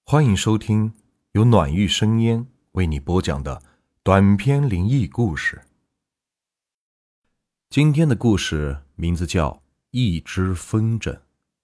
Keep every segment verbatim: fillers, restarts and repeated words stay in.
欢迎收听由暖玉生烟为你播讲的短篇灵异故事。今天的故事名字叫一只风筝。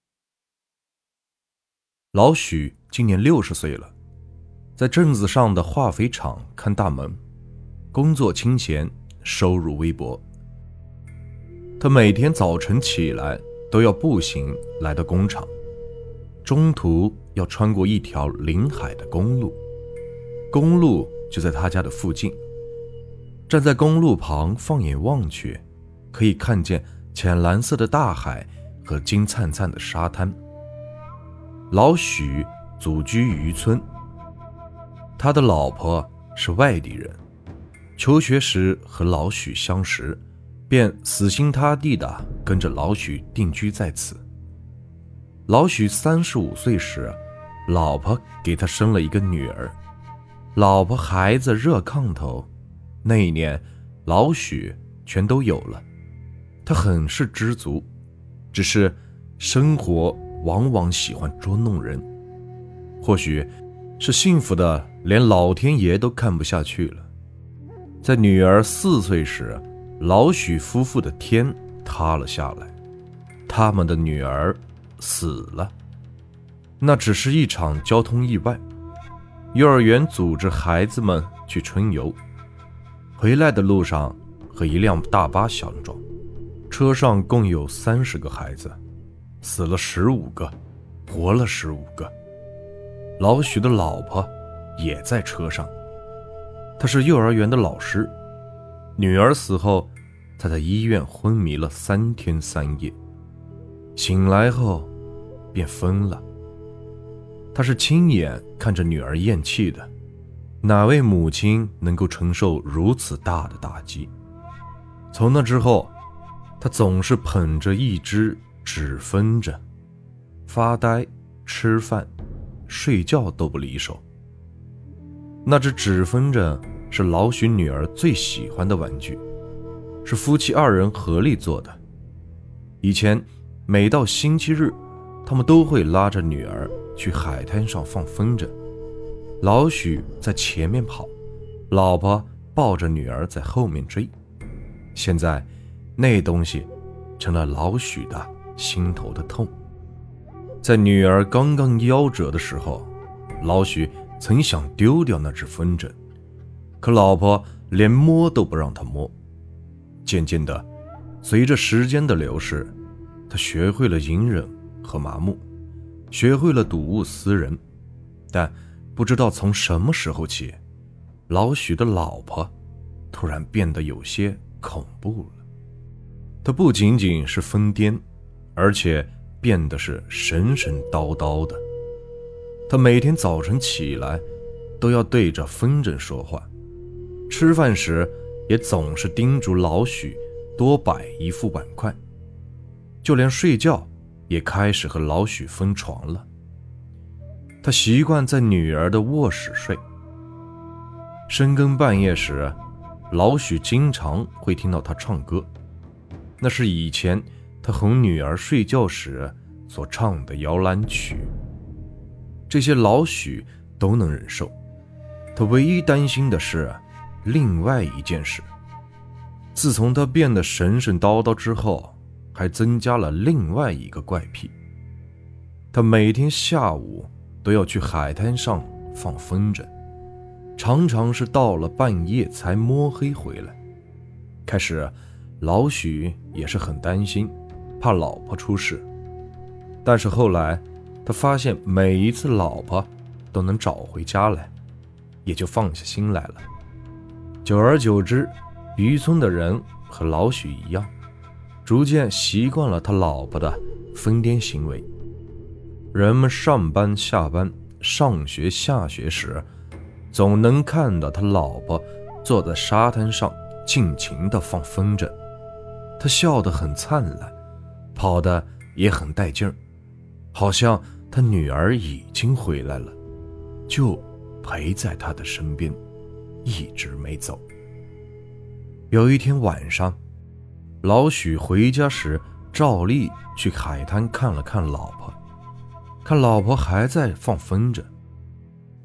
老许今年六十岁了，在镇子上的化肥厂看大门，工作清闲，收入微薄。他每天早晨起来都要步行来到工厂，中途要穿过一条临海的公路，公路就在他家的附近。站在公路旁放眼望去，可以看见浅蓝色的大海和金灿灿的沙滩。老许祖居渔村，他的老婆是外地人，求学时和老许相识，便死心塌地地跟着老许定居在此。老许三十五岁时，老婆给他生了一个女儿。老婆孩子热炕头，那一年老许全都有了，他很是知足。只是生活往往喜欢捉弄人，或许是幸福的连老天爷都看不下去了。在女儿四岁时，老许夫妇的天塌了下来，他们的女儿死了。那只是一场交通意外。幼儿园组织孩子们去春游，回来的路上和一辆大巴相撞，车上共有三十个孩子，死了十五个，活了十五个。老许的老婆也在车上，她是幼儿园的老师。女儿死后，她在医院昏迷了三天三夜，醒来后便疯了。他是亲眼看着女儿咽气的，哪位母亲能够承受如此大的打击？从那之后，他总是捧着一只纸风筝，发呆、吃饭、睡觉都不离手。那只纸风筝是老许女儿最喜欢的玩具，是夫妻二人合力做的。以前每到星期日，他们都会拉着女儿去海滩上放风筝，老许在前面跑，老婆抱着女儿在后面追。现在那东西成了老许的心头的痛。在女儿刚刚夭折的时候，老许曾想丢掉那只风筝，可老婆连摸都不让他摸。渐渐的，随着时间的流逝，他学会了隐忍和麻木，学会了睹物思人。但不知道从什么时候起，老许的老婆突然变得有些恐怖了。她不仅仅是疯癫，而且变得是神神叨叨的。她每天早晨起来都要对着风筝说话，吃饭时也总是叮嘱老许多摆一副碗筷，就连睡觉也开始和老许分床了。他习惯在女儿的卧室睡。深更半夜时，老许经常会听到他唱歌，那是以前他哄女儿睡觉时所唱的摇篮曲。这些老许都能忍受，他唯一担心的是另外一件事。自从他变得神神叨叨之后，还增加了另外一个怪癖。他每天下午都要去海滩上放风筝，常常是到了半夜才摸黑回来。开始老许也是很担心，怕老婆出事，但是后来他发现每一次老婆都能找回家来，也就放下心来了。久而久之，渔村的人和老许一样，逐渐习惯了他老婆的疯癫行为。人们上班下班、上学下学时，总能看到他老婆坐在沙滩上尽情地放风筝。他笑得很灿烂，跑得也很带劲儿，好像他女儿已经回来了，就陪在他的身边，一直没走。有一天晚上，老许回家时照例去海滩看了看老婆，看老婆还在放风筝，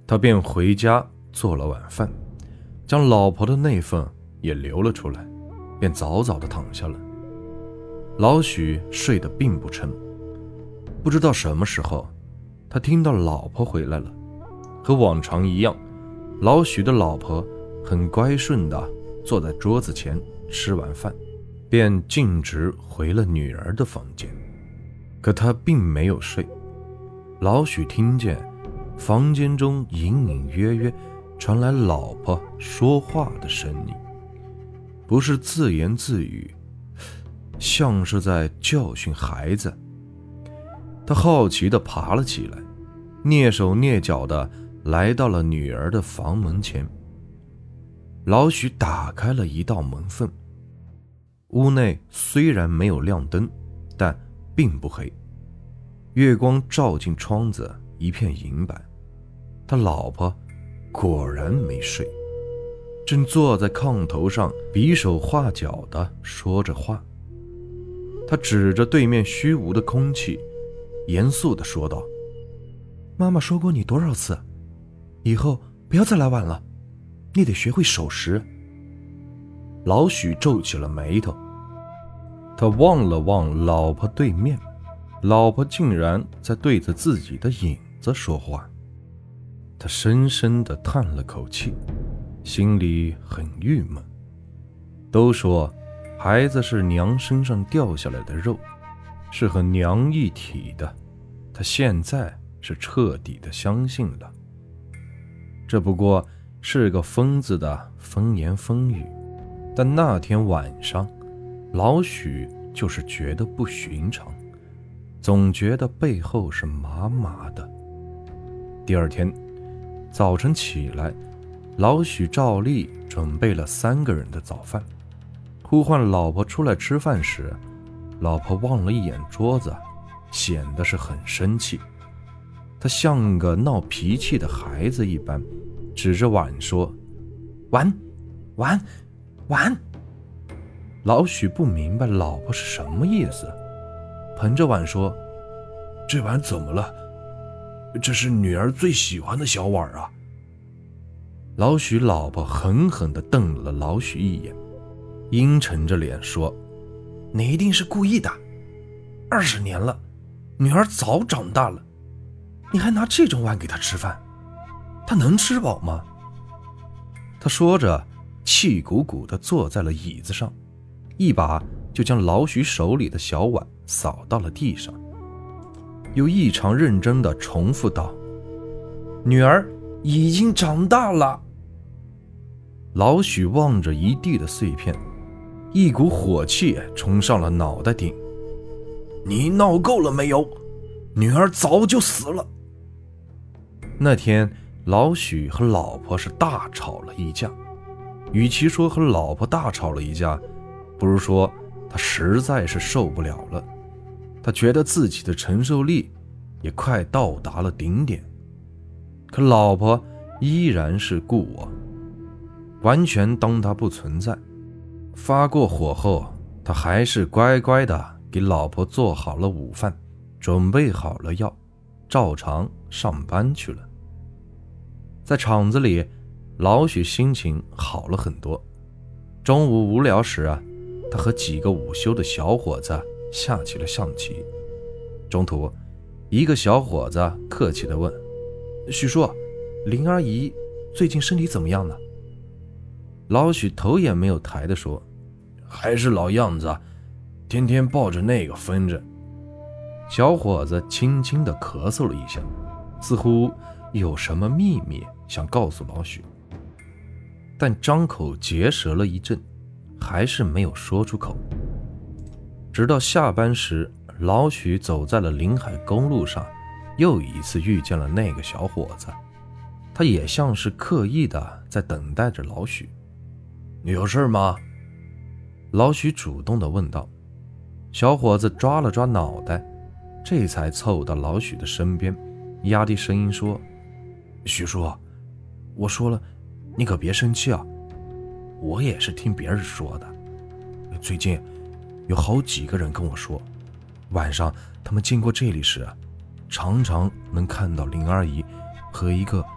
他便回家做了晚饭，将老婆的那份也留了出来，便早早地躺下了。老许睡得并不沉，不知道什么时候，他听到老婆回来了。和往常一样，老许的老婆很乖顺地坐在桌子前，吃完饭便径直回了女儿的房间。可他并没有睡，老许听见房间中隐隐约约传来老婆说话的声音，不是自言自语，像是在教训孩子。他好奇地爬了起来，蹑手蹑脚地来到了女儿的房门前。老许打开了一道门缝，屋内虽然没有亮灯，但并不黑，月光照进窗子，一片银白。他老婆果然没睡，正坐在炕头上比手画脚地说着话。他指着对面虚无的空气，严肃地说道：妈妈说过你多少次，以后不要再来晚了，你得学会守时。老许皱起了眉头，他望了望老婆对面，老婆竟然在对着自己的影子说话。他深深地叹了口气，心里很郁闷。都说孩子是娘身上掉下来的肉，是和娘一体的，他现在是彻底的相信了。这不过是个疯子的风言风语，但那天晚上老许就是觉得不寻常，总觉得背后是麻麻的。第二天早晨起来，老许照例准备了三个人的早饭，呼唤老婆出来吃饭时，老婆望了一眼桌子，显得是很生气。他像个闹脾气的孩子一般，指着碗说：碗碗碗。老许不明白老婆是什么意思，捧着碗说：这碗怎么了？这是女儿最喜欢的小碗啊。老许老婆狠狠地瞪了老许一眼，阴沉着脸说：你一定是故意的，二十年了，女儿早长大了，你还拿这种碗给她吃饭，她能吃饱吗？他说着气鼓鼓地坐在了椅子上，一把就将老许手里的小碗扫到了地上，又异常认真地重复道：女儿已经长大了。老许望着一地的碎片，一股火气冲上了脑袋顶。你闹够了没有？女儿早就死了。那天老许和老婆是大吵了一架，与其说和老婆大吵了一架，不如说他实在是受不了了。他觉得自己的承受力也快到达了顶点，可老婆依然是故我，完全当他不存在。发过火后，他还是乖乖地给老婆做好了午饭，准备好了药，照常上班去了。在厂子里，老许心情好了很多。中午无聊时啊，他和几个午休的小伙子下起了象棋。中途一个小伙子客气地问：许叔，灵儿姨最近身体怎么样呢？老许头也没有抬地说：还是老样子，天天抱着那个分着。小伙子轻轻地咳嗽了一下，似乎有什么秘密想告诉老许，但张口结舌了一阵，还是没有说出口。直到下班时，老许走在了临海公路上，又一次遇见了那个小伙子。他也像是刻意的在等待着老许。你有事吗？老许主动地问道。小伙子抓了抓脑袋，这才凑到老许的身边，压低声音说：许叔，我说了，你可别生气啊，我也是听别人说的。最近有好几个人跟我说，晚上他们经过这里时，常常能看到灵儿姨和一个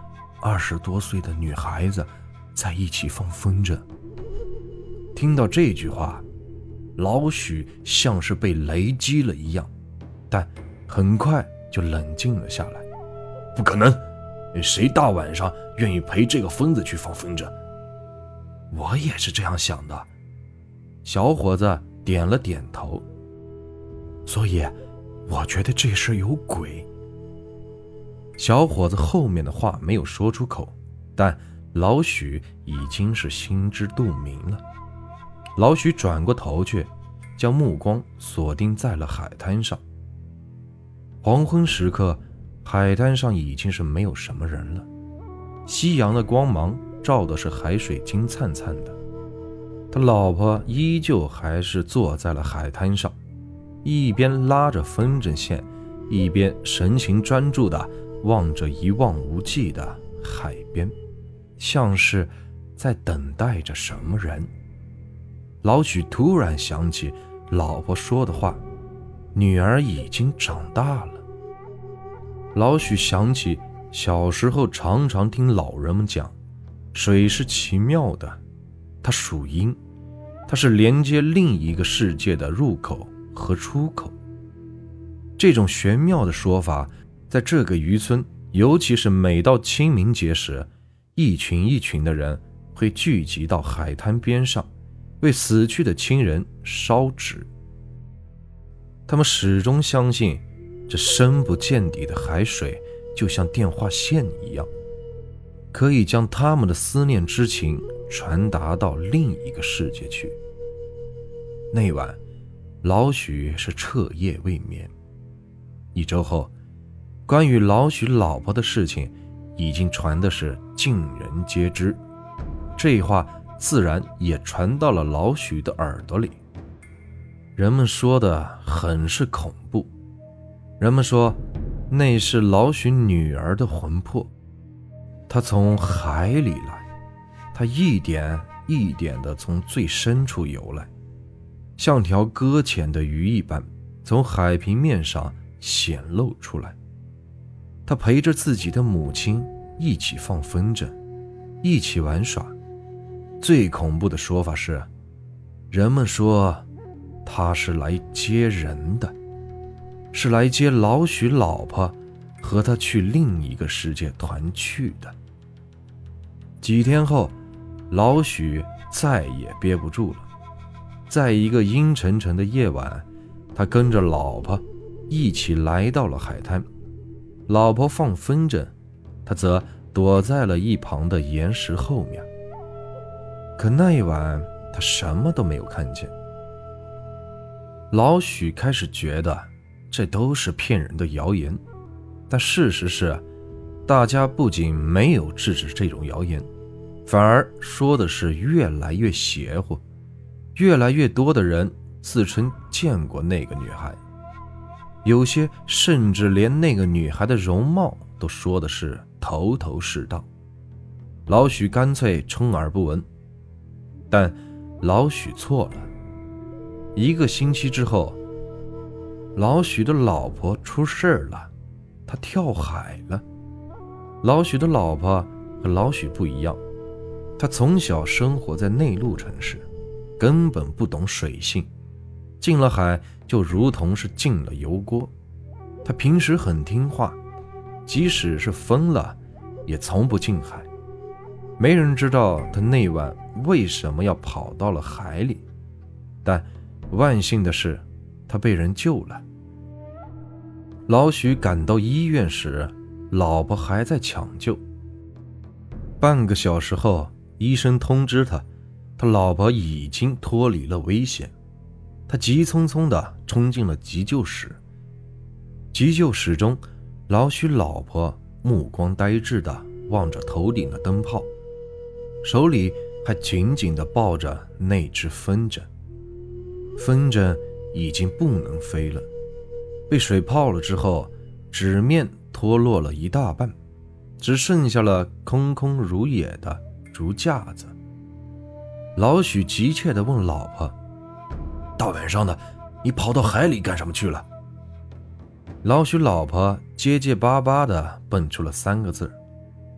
二十多岁的女孩子在一起放风筝。听到这句话，老许像是被雷击了一样，但很快就冷静了下来。不可能，谁大晚上愿意陪这个疯子去放风筝？我也是这样想的。小伙子点了点头。所以我觉得这事有鬼。小伙子后面的话没有说出口，但老许已经是心知肚明了。老许转过头去，将目光锁定在了海滩上。黄昏时刻，海滩上已经是没有什么人了，夕阳的光芒照的是海水金灿灿的。他老婆依旧还是坐在了海滩上，一边拉着风筝线，一边神情专注地望着一望无际的海边，像是在等待着什么人。老许突然想起老婆说的话，女儿已经长大了。老许想起小时候常常听老人们讲，水是奇妙的，它属阴，它是连接另一个世界的入口和出口。这种玄妙的说法，在这个渔村，尤其是每到清明节时，一群一群的人会聚集到海滩边上，为死去的亲人烧纸。他们始终相信，这深不见底的海水就像电话线一样，可以将他们的思念之情传达到另一个世界去。那晚老许是彻夜未眠。一周后，关于老许老婆的事情已经传的是尽人皆知，这话自然也传到了老许的耳朵里。人们说的很是恐怖，人们说那是老许女儿的魂魄，她从海里来，她一点一点地从最深处游来，像条搁浅的鱼一般从海平面上显露出来。她陪着自己的母亲一起放风筝，一起玩耍。最恐怖的说法是，人们说她是来接人的，是来接老许老婆和他去另一个世界团去的。几天后，老许再也憋不住了，在一个阴沉沉的夜晚，他跟着老婆一起来到了海滩。老婆放风筝，他则躲在了一旁的岩石后面。可那一晚他什么都没有看见。老许开始觉得这都是骗人的谣言，但事实是，大家不仅没有制止这种谣言，反而说的是越来越邪乎，越来越多的人自称见过那个女孩，有些甚至连那个女孩的容貌都说的是头头是道。老许干脆充耳不闻，但老许错了。一个星期之后，老许的老婆出事了，她跳海了。老许的老婆和老许不一样，她从小生活在内陆城市，根本不懂水性，进了海就如同是进了油锅。她平时很听话，即使是疯了也从不进海。没人知道她那晚为什么要跑到了海里，但万幸的是她被人救了。老许赶到医院时，老婆还在抢救。半个小时后，医生通知他，他老婆已经脱离了危险。他急匆匆地冲进了急救室。急救室中，老许老婆目光呆滞地望着头顶的灯泡，手里还紧紧地抱着那只风筝。风筝已经不能飞了，被水泡了之后，纸面脱落了一大半，只剩下了空空如也的竹架子。老许急切地问老婆，大晚上的你跑到海里干什么去了？老许老婆结结巴巴地蹦出了三个字，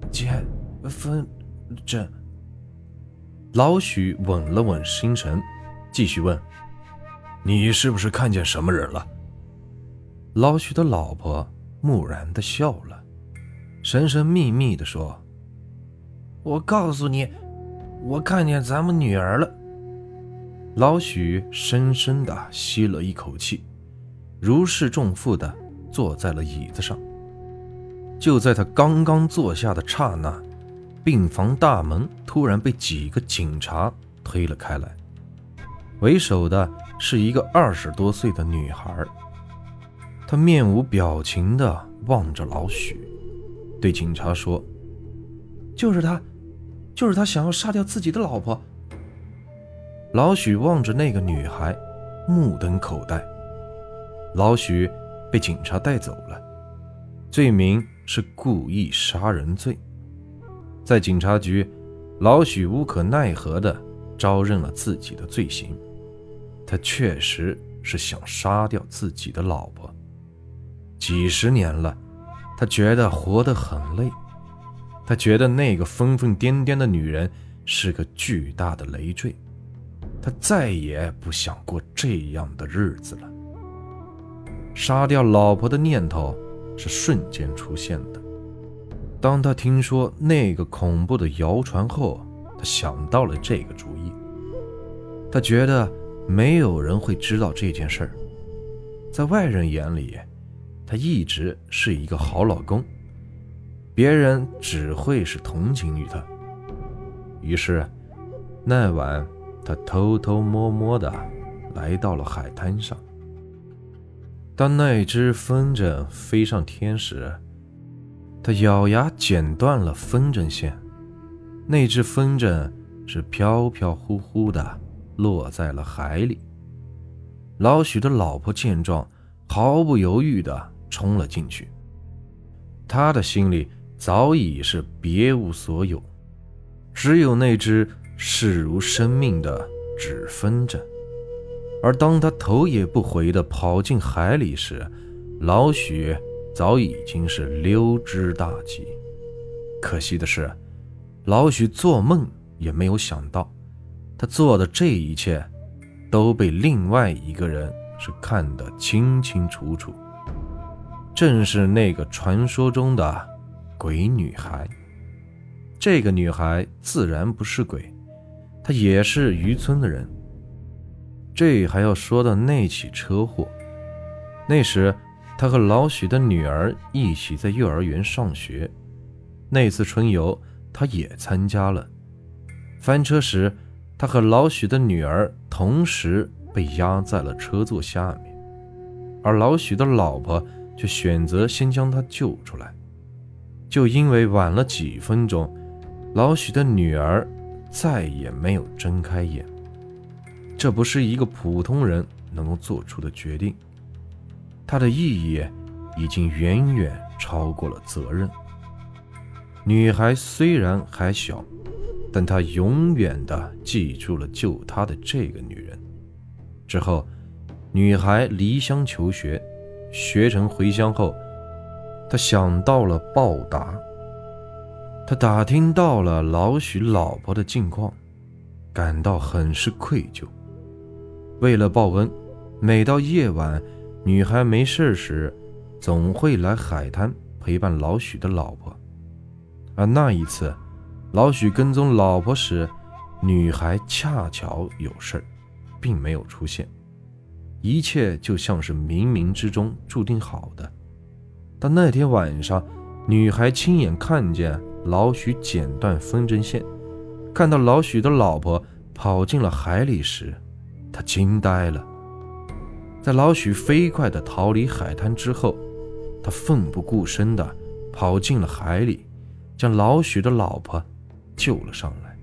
结婚证。老许稳了稳心神，继续问：你是不是看见什么人了？老许的老婆木然地笑了，神神秘秘地说：我告诉你，我看见咱们女儿了。老许深深地吸了一口气，如释重负地坐在了椅子上。就在他刚刚坐下的刹那，病房大门突然被几个警察推了开来，为首的是一个二十多岁的女孩。她面无表情地望着老许，对警察说：就是他，就是他想要杀掉自己的老婆。老许望着那个女孩，目瞪口呆。老许被警察带走了，罪名是故意杀人罪。在警察局，老许无可奈何地招认了自己的罪行，他确实是想杀掉自己的老婆。几十年了，他觉得活得很累，他觉得那个疯疯癫癫的女人是个巨大的累赘，他再也不想过这样的日子了。杀掉老婆的念头是瞬间出现的。当他听说那个恐怖的谣传后，他想到了这个主意。他觉得没有人会知道这件事儿，在外人眼里，他一直是一个好老公，别人只会是同情于他。于是那晚他偷偷摸摸地来到了海滩上。当那只风筝飞上天时，他咬牙剪断了风筝线，那只风筝是飘飘忽忽地落在了海里。老许的老婆见状，毫不犹豫地冲了进去。他的心里早已是别无所有，只有那只视如生命的纸风筝。而当他头也不回地跑进海里时，老许早已经是溜之大吉。可惜的是，老许做梦也没有想到，他做的这一切都被另外一个人是看得清清楚楚，正是那个传说中的鬼女孩。这个女孩自然不是鬼，她也是渔村的人。这还要说到那起车祸。那时他和老许的女儿一起在幼儿园上学，那次春游他也参加了。翻车时，他和老许的女儿同时被压在了车座下面，而老许的老婆却选择先将他救出来。就因为晚了几分钟，老许的女儿再也没有睁开眼。这不是一个普通人能够做出的决定，它的意义已经远远超过了责任。女孩虽然还小，但她永远地记住了救她的这个女人。之后，女孩离乡求学，学成回乡后，她想到了报答。她打听到了老许老婆的近况，感到很是愧疚。为了报恩，每到夜晚，女孩没事时总会来海滩陪伴老许的老婆。而那一次，老许跟踪老婆时，女孩恰巧有事，并没有出现。一切就像是冥冥之中注定好的。但那天晚上，女孩亲眼看见老许剪断风筝线，看到老许的老婆跑进了海里时，她惊呆了。在老许飞快地逃离海滩之后，她奋不顾身地跑进了海里，将老许的老婆救了上来。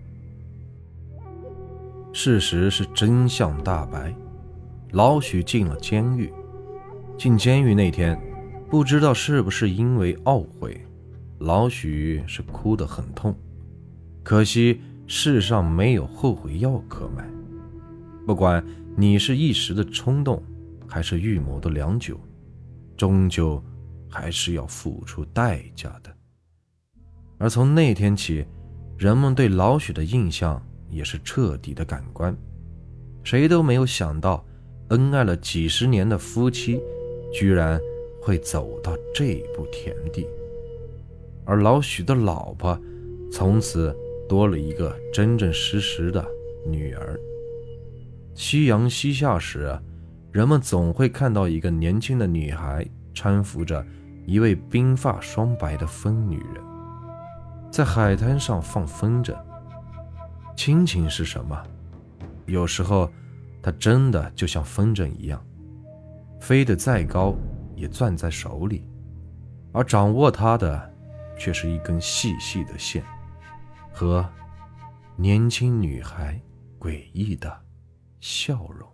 事实是真相大白，老许进了监狱。进监狱那天，不知道是不是因为懊悔，老许是哭得很痛。可惜世上没有后悔药可买，不管你是一时的冲动，还是预谋的良久，终究还是要付出代价的。 而从那天起，人们对老许的印象也是彻底的改观。谁都没有想到，恩爱了几十年的夫妻居然会走到这步田地。而老许的老婆从此多了一个真真实实的女儿。夕阳西下时，人们总会看到一个年轻的女孩搀扶着一位鬓发双白的疯女人，在海滩上放风筝。亲情是什么？有时候它真的就像风筝一样，飞得再高也攥在手里，而掌握它的却是一根细细的线和年轻女孩诡异的笑容。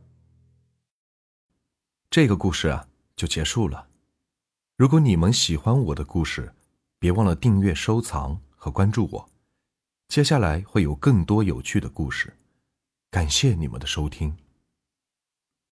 这个故事啊就结束了。如果你们喜欢我的故事，别忘了订阅、收藏和关注我。接下来会有更多有趣的故事，感谢你们的收听。